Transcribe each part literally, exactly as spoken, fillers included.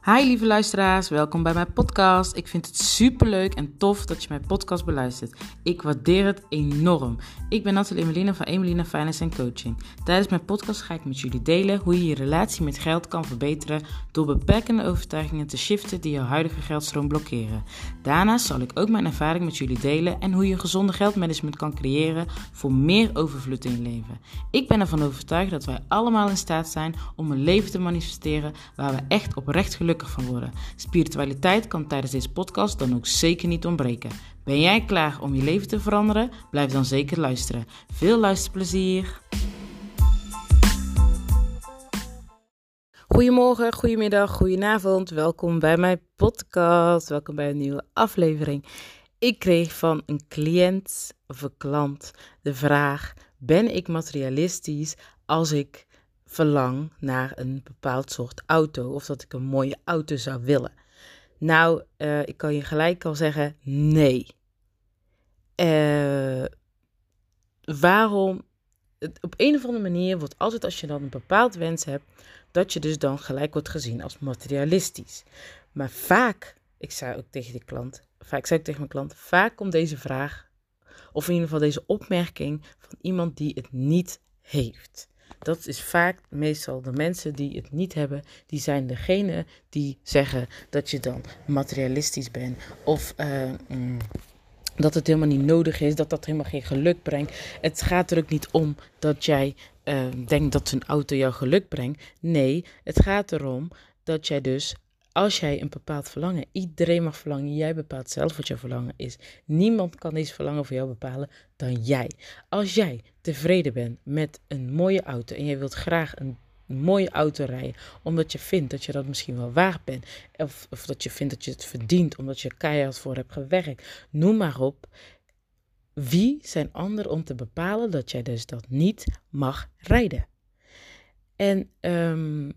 Hi lieve luisteraars, welkom bij mijn podcast. Ik vind het superleuk en tof dat je mijn podcast beluistert. Ik waardeer het enorm. Ik ben Nathalie Emelina van Emelina Finance en Coaching. Tijdens mijn podcast ga ik met jullie delen hoe je je relatie met geld kan verbeteren door beperkende overtuigingen te shiften die jouw huidige geldstroom blokkeren. Daarnaast zal ik ook mijn ervaring met jullie delen en hoe je gezonde geldmanagement kan creëren voor meer overvloed in je leven. Ik ben ervan overtuigd dat wij allemaal in staat zijn om een leven te manifesteren waar we echt oprecht gelukkig van worden. Spiritualiteit kan tijdens deze podcast dan ook zeker niet ontbreken. Ben jij klaar om je leven te veranderen? Blijf dan zeker luisteren. Veel luisterplezier! Goedemorgen, goedemiddag, goedenavond. Welkom bij mijn podcast. Welkom bij een nieuwe aflevering. Ik kreeg van een cliënt of een klant de vraag: ben ik materialistisch als ik verlang naar een bepaald soort auto of dat ik een mooie auto zou willen? Nou, uh, ik kan je gelijk al zeggen, nee. Uh, waarom? Het, op een of andere manier wordt altijd als je dan een bepaald wens hebt, dat je dus dan gelijk wordt gezien als materialistisch. Maar vaak, ik zei ook tegen de klant, vaak zei ik tegen mijn klant, vaak komt deze vraag, of in ieder geval deze opmerking van iemand die het niet heeft. Dat is vaak meestal de mensen die het niet hebben, die zijn degene die zeggen dat je dan materialistisch bent. Of uh, mm, dat het helemaal niet nodig is, dat dat helemaal geen geluk brengt. Het gaat er ook niet om dat jij uh, denkt dat een auto jou geluk brengt. Nee, het gaat erom dat jij dus, als jij een bepaald verlangen, iedereen mag verlangen, jij bepaalt zelf wat je verlangen is. Niemand kan deze verlangen voor jou bepalen dan jij. Als jij tevreden bent met een mooie auto en jij wilt graag een mooie auto rijden, omdat je vindt dat je dat misschien wel waard bent, of, of dat je vindt dat je het verdient, omdat je keihard voor hebt gewerkt, noem maar op. Wie zijn anderen om te bepalen dat jij dus dat niet mag rijden? En um,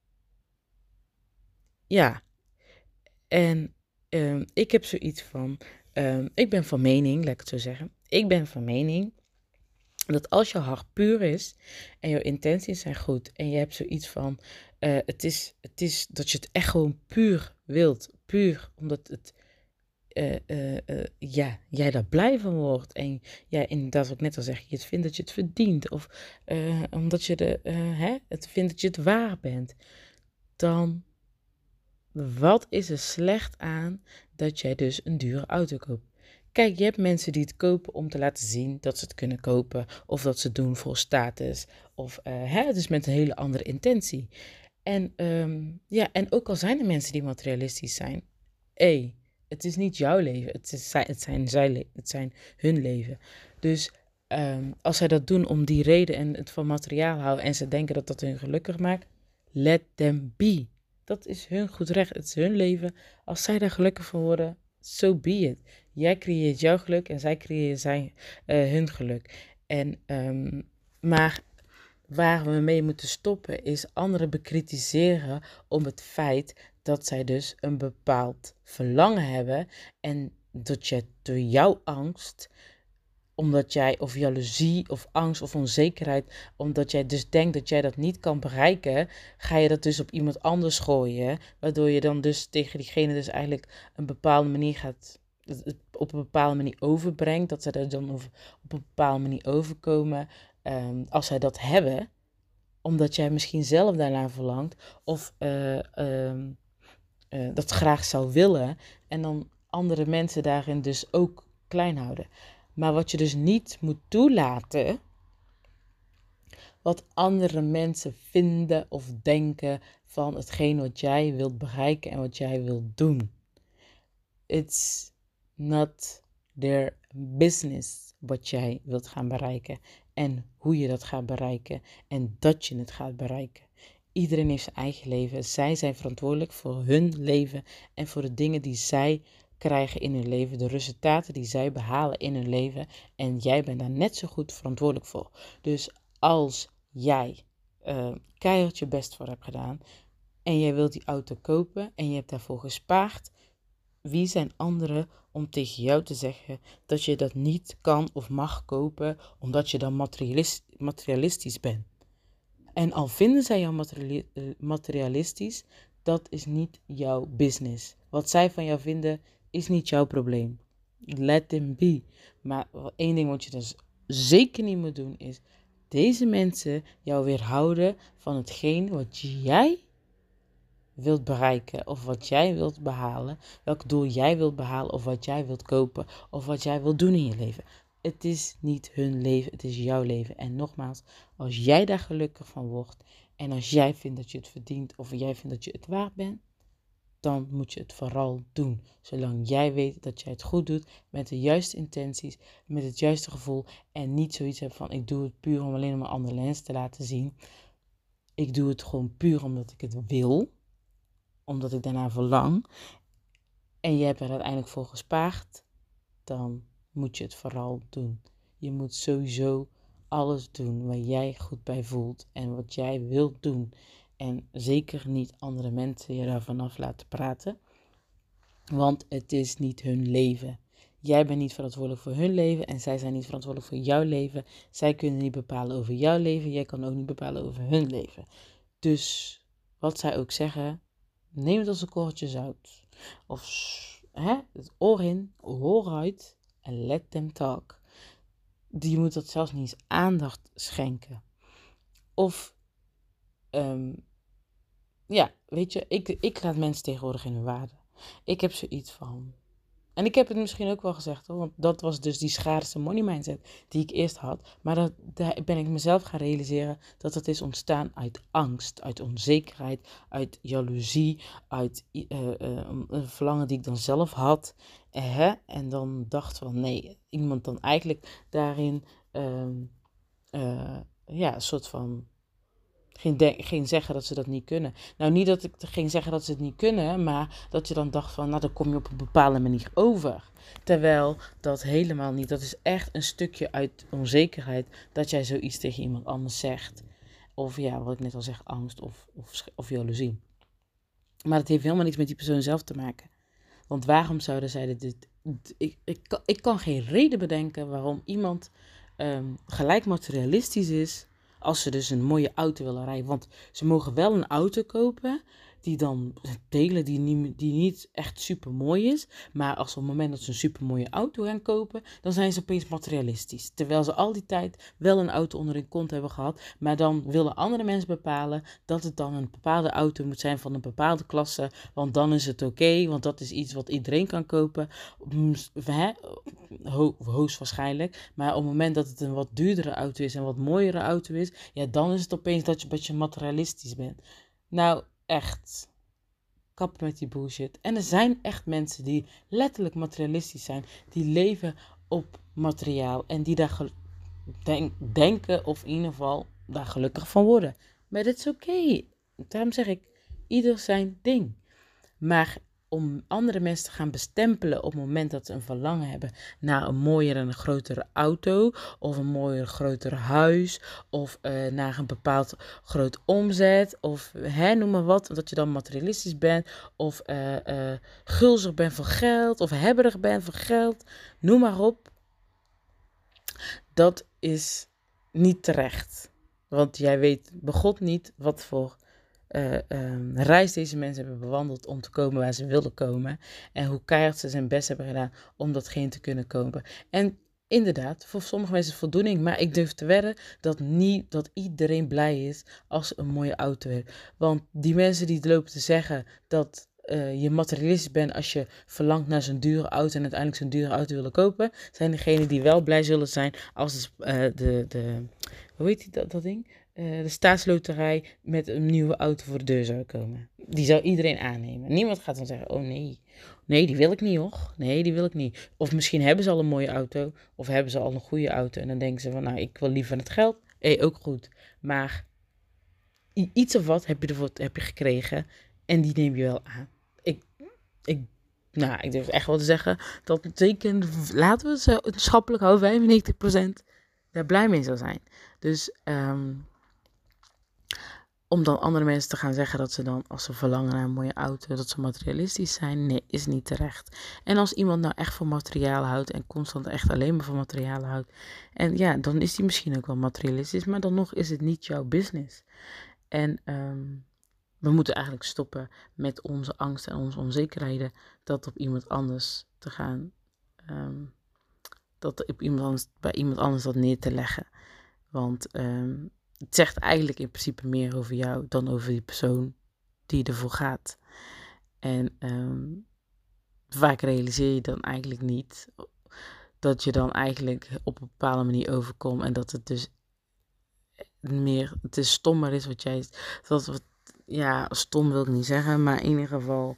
ja, en um, ik heb zoiets van, um, ik ben van mening, laat ik het zo zeggen, ik ben van mening dat als je hart puur is en jouw intenties zijn goed en je hebt zoiets van, uh, het, is, het is dat je het echt gewoon puur wilt, puur omdat het, uh, uh, uh, ja, jij daar blij van wordt en ja, inderdaad wat ik net al zeg, je het vindt dat je het verdient of uh, omdat je de, uh, hè, het vindt dat je het waar bent, dan wat is er slecht aan dat jij dus een dure auto koopt? Kijk, je hebt mensen die het kopen om te laten zien dat ze het kunnen kopen. Of dat ze het doen voor status. Of uh, hè, het is met een hele andere intentie. En, um, ja, en ook al zijn er mensen die materialistisch zijn. Hé, hey, het is niet jouw leven. Het, is, het, zijn, zij, het zijn hun leven. Dus um, als zij dat doen om die reden en het van materiaal houden. En ze denken dat dat hun gelukkig maakt. Let them be. Dat is hun goed recht. Het is hun leven. Als zij daar gelukkig van worden, so be it. Jij creëert jouw geluk en zij creëren zijn, uh, hun geluk. En, um, maar waar we mee moeten stoppen is anderen bekritiseren om het feit dat zij dus een bepaald verlangen hebben. En dat je door jouw angst, omdat jij of jaloezie of angst of onzekerheid, omdat jij dus denkt dat jij dat niet kan bereiken, ga je dat dus op iemand anders gooien, waardoor je dan dus tegen diegene dus eigenlijk een bepaalde manier gaat, op een bepaalde manier overbrengt, dat zij er dan op een bepaalde manier overkomen, um, als zij dat hebben, omdat jij misschien zelf daarnaar verlangt, of uh, um, uh, dat graag zou willen, en dan andere mensen daarin dus ook klein houden. Maar wat je dus niet moet toelaten, wat andere mensen vinden of denken van hetgeen wat jij wilt bereiken en wat jij wilt doen. It's not their business wat jij wilt gaan bereiken en hoe je dat gaat bereiken en dat je het gaat bereiken. Iedereen heeft zijn eigen leven. Zij zijn verantwoordelijk voor hun leven en voor de dingen die zij krijgen in hun leven, de resultaten die zij behalen in hun leven. En jij bent daar net zo goed verantwoordelijk voor. Dus als jij uh, keihard je best voor hebt gedaan en jij wilt die auto kopen en je hebt daarvoor gespaard, wie zijn anderen om tegen jou te zeggen dat je dat niet kan of mag kopen omdat je dan materialist, materialistisch bent? En al vinden zij jou materialistisch, dat is niet jouw business. Wat zij van jou vinden, is niet jouw probleem. Let them be. Maar één ding wat je dus zeker niet moet doen, is deze mensen jou weerhouden van hetgeen wat jij wilt bereiken, of wat jij wilt behalen, welk doel jij wilt behalen, of wat jij wilt kopen, of wat jij wilt doen in je leven. Het is niet hun leven, het is jouw leven. En nogmaals, als jij daar gelukkig van wordt, en als jij vindt dat je het verdient, of jij vindt dat je het waard bent, dan moet je het vooral doen. Zolang jij weet dat jij het goed doet, met de juiste intenties, met het juiste gevoel, en niet zoiets hebt van, ik doe het puur om alleen om een andere mensen te laten zien. Ik doe het gewoon puur omdat ik het wil, omdat ik daarna verlang, en je hebt er uiteindelijk voor gespaard, dan moet je het vooral doen. Je moet sowieso alles doen waar jij goed bij voelt en wat jij wilt doen. En zeker niet andere mensen je daar vanaf laten praten, want het is niet hun leven. Jij bent niet verantwoordelijk voor hun leven en zij zijn niet verantwoordelijk voor jouw leven. Zij kunnen niet bepalen over jouw leven, jij kan ook niet bepalen over hun leven. Dus wat zij ook zeggen, neem het als een korreltje zout. Of hè, het oor in, hoor uit en let them talk. Je moet dat zelfs niet eens aandacht schenken. Of, um, ja, weet je, ik, ik laat mensen tegenwoordig in hun waarde. Ik heb zoiets van... En ik heb het misschien ook wel gezegd hoor, want dat was dus die schaarse money mindset die ik eerst had. Maar dat, daar ben ik mezelf gaan realiseren dat het is ontstaan uit angst, uit onzekerheid, uit jaloezie, uit uh, uh, een verlangen die ik dan zelf had. Uh, hè? En dan dacht van nee, iemand dan eigenlijk daarin, uh, uh, ja, een soort van... Geen, de- geen zeggen dat ze dat niet kunnen. Nou, niet dat ik ging zeggen dat ze het niet kunnen, maar dat je dan dacht van, nou, dan kom je op een bepaalde manier over. Terwijl dat helemaal niet. Dat is echt een stukje uit onzekerheid dat jij zoiets tegen iemand anders zegt. Of ja, wat ik net al zeg, angst of, of, of jaloezie. Maar dat heeft helemaal niks met die persoon zelf te maken. Want waarom zouden zij dit... Ik, ik, kan, ik kan geen reden bedenken waarom iemand um, gelijk materialistisch is als ze dus een mooie auto willen rijden. Want ze mogen wel een auto kopen die dan delen die niet, die niet echt super mooi is. Maar als op het moment dat ze een super mooie auto gaan kopen, dan zijn ze opeens materialistisch. Terwijl ze al die tijd wel een auto onder hun kont hebben gehad. Maar dan willen andere mensen bepalen dat het dan een bepaalde auto moet zijn van een bepaalde klasse. Want dan is het oké, okay, want dat is iets wat iedereen kan kopen. Hè? Ho- hoogstwaarschijnlijk. Maar op het moment dat het een wat duurdere auto is en een wat mooiere auto is, ja, dan is het opeens dat je een beetje materialistisch bent. Nou, echt. Kap met die bullshit. En er zijn echt mensen die letterlijk materialistisch zijn. Die leven op materiaal. En die daar gel- denk- denken of in ieder geval daar gelukkig van worden. Maar dat is oké. Okay. Daarom zeg ik, ieder zijn ding. Maar om andere mensen te gaan bestempelen op het moment dat ze een verlangen hebben naar een mooiere en een grotere auto, of een mooier, groter huis, of uh, naar een bepaald groot omzet, of hè, noem maar wat, dat je dan materialistisch bent, of uh, uh, gulzig bent voor geld, of hebberig bent voor geld, noem maar op. Dat is niet terecht. Want jij weet begot niet wat voor Uh, um, reis deze mensen hebben bewandeld om te komen waar ze wilden komen. En hoe keihard ze zijn best hebben gedaan om datgene te kunnen kopen. En inderdaad, voor sommige mensen is het voldoening. Maar ik durf te wedden dat, niet, dat iedereen blij is als ze een mooie auto heeft. Want die mensen die lopen te zeggen dat uh, je materialistisch bent als je verlangt naar zo'n dure auto en uiteindelijk zo'n dure auto willen kopen, zijn degenen die wel blij zullen zijn als uh, de, de, hoe heet die, dat, dat ding? Uh, de staatsloterij met een nieuwe auto voor de deur zou komen. Die zou iedereen aannemen. Niemand gaat dan zeggen, oh nee, nee, die wil ik niet hoor. Nee, die wil ik niet. Of misschien hebben ze al een mooie auto, of hebben ze al een goede auto en dan denken ze van, nou, ik wil liever het geld. Hé, hey, ook goed. Maar iets of wat heb je ervoor heb je gekregen en die neem je wel aan. Ik, ik, nou, ik durf echt wel te zeggen dat zeker, laten we het wetenschappelijk houden, vijfennegentig procent daar blij mee zou zijn. Dus, um, om dan andere mensen te gaan zeggen dat ze dan, als ze verlangen naar een mooie auto, dat ze materialistisch zijn, nee, is niet terecht. En als iemand nou echt van materiaal houdt en constant echt alleen maar van materiaal houdt, en ja, dan is die misschien ook wel materialistisch, maar dan nog is het niet jouw business. En um, we moeten eigenlijk stoppen met onze angst en onze onzekerheden, dat op iemand anders te gaan, um, dat op iemand anders, bij iemand anders dat neer te leggen. Want um, het zegt eigenlijk in principe meer over jou dan over die persoon die ervoor gaat. En um, vaak realiseer je dan eigenlijk niet dat je dan eigenlijk op een bepaalde manier overkomt en dat het dus meer, het is stommer is wat jij, dat wat, ja, stom wil ik niet zeggen, maar in ieder geval,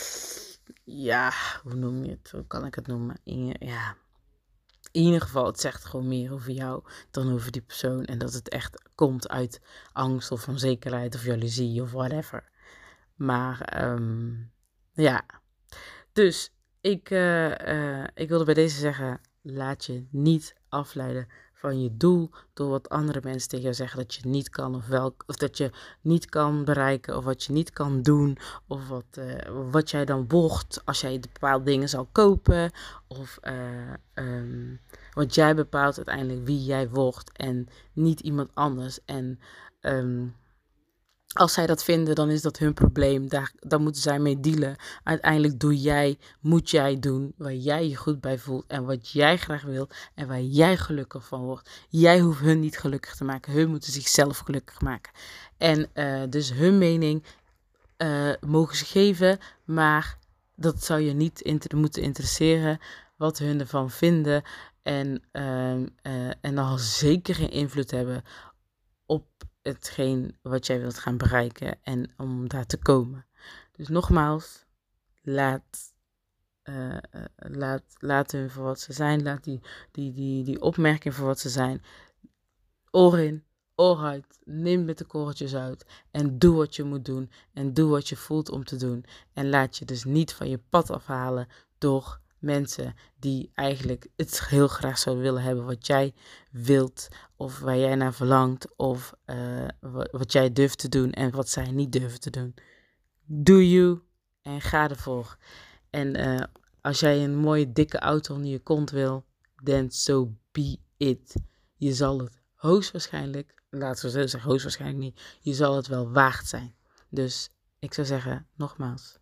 ja, hoe noem je het, hoe kan ik het noemen, in, ja, in ieder geval, het zegt gewoon meer over jou dan over die persoon en dat het echt komt uit angst of onzekerheid of jaloezie of whatever. Maar, um, ja, dus ik, uh, uh, ik wilde bij deze zeggen, laat je niet afleiden van je doel door wat andere mensen tegen jou zeggen dat je niet kan of, wel, of dat je niet kan bereiken of wat je niet kan doen of wat, uh, wat jij dan wordt als jij bepaalde dingen zal kopen of uh, um, wat jij bepaalt uiteindelijk wie jij wordt en niet iemand anders. En um, als zij dat vinden, dan is dat hun probleem. Daar, daar moeten zij mee dealen. Uiteindelijk doe jij, moet jij doen waar jij je goed bij voelt. En wat jij graag wil. En waar jij gelukkig van wordt. Jij hoeft hun niet gelukkig te maken. Hun moeten zichzelf gelukkig maken. En uh, dus hun mening uh, mogen ze geven. Maar dat zou je niet inter- moeten interesseren. Wat hun ervan vinden. En, uh, uh, en dan zeker geen invloed hebben op hetgeen wat jij wilt gaan bereiken en om daar te komen. Dus nogmaals, laat, uh, laat, laat hun voor wat ze zijn. Laat die, die, die, die opmerking voor wat ze zijn. Oor in, oor uit. Neem met de korreltjes uit. En doe wat je moet doen. En doe wat je voelt om te doen. En laat je dus niet van je pad afhalen door mensen die eigenlijk het heel graag zouden willen hebben wat jij wilt of waar jij naar verlangt of uh, wat jij durft te doen en wat zij niet durven te doen. Do you en ga ervoor. En uh, als jij een mooie dikke auto onder je kont wil, then so be it. Je zal het hoogstwaarschijnlijk, laten we zo zeggen, hoogstwaarschijnlijk niet, je zal het wel waard zijn. Dus ik zou zeggen, nogmaals,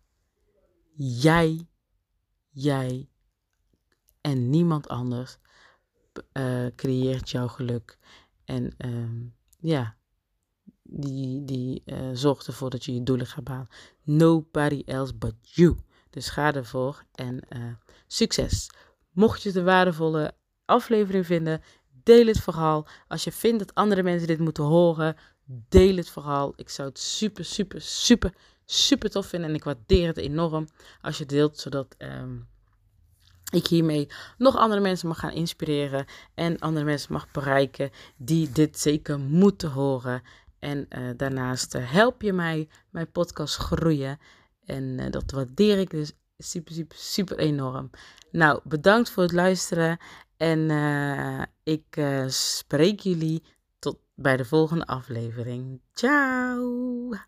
jij, jij en niemand anders uh, creëert jouw geluk. En um, ja, die, die uh, zorgt ervoor dat je je doelen gaat behalen. Nobody else but you. Dus ga ervoor en uh, succes. Mocht je het een waardevolle aflevering vinden, deel het verhaal. Als je vindt dat andere mensen dit moeten horen, deel het verhaal. Ik zou het super, super, super, super tof vinden. En ik waardeer het enorm als je het deelt, zodat Um, ik hiermee nog andere mensen mag gaan inspireren en andere mensen mag bereiken die dit zeker moeten horen. En uh, daarnaast uh, help je mij mijn podcast groeien en uh, dat waardeer ik dus super, super, super enorm. Nou, bedankt voor het luisteren en uh, ik uh, spreek jullie tot bij de volgende aflevering. Ciao!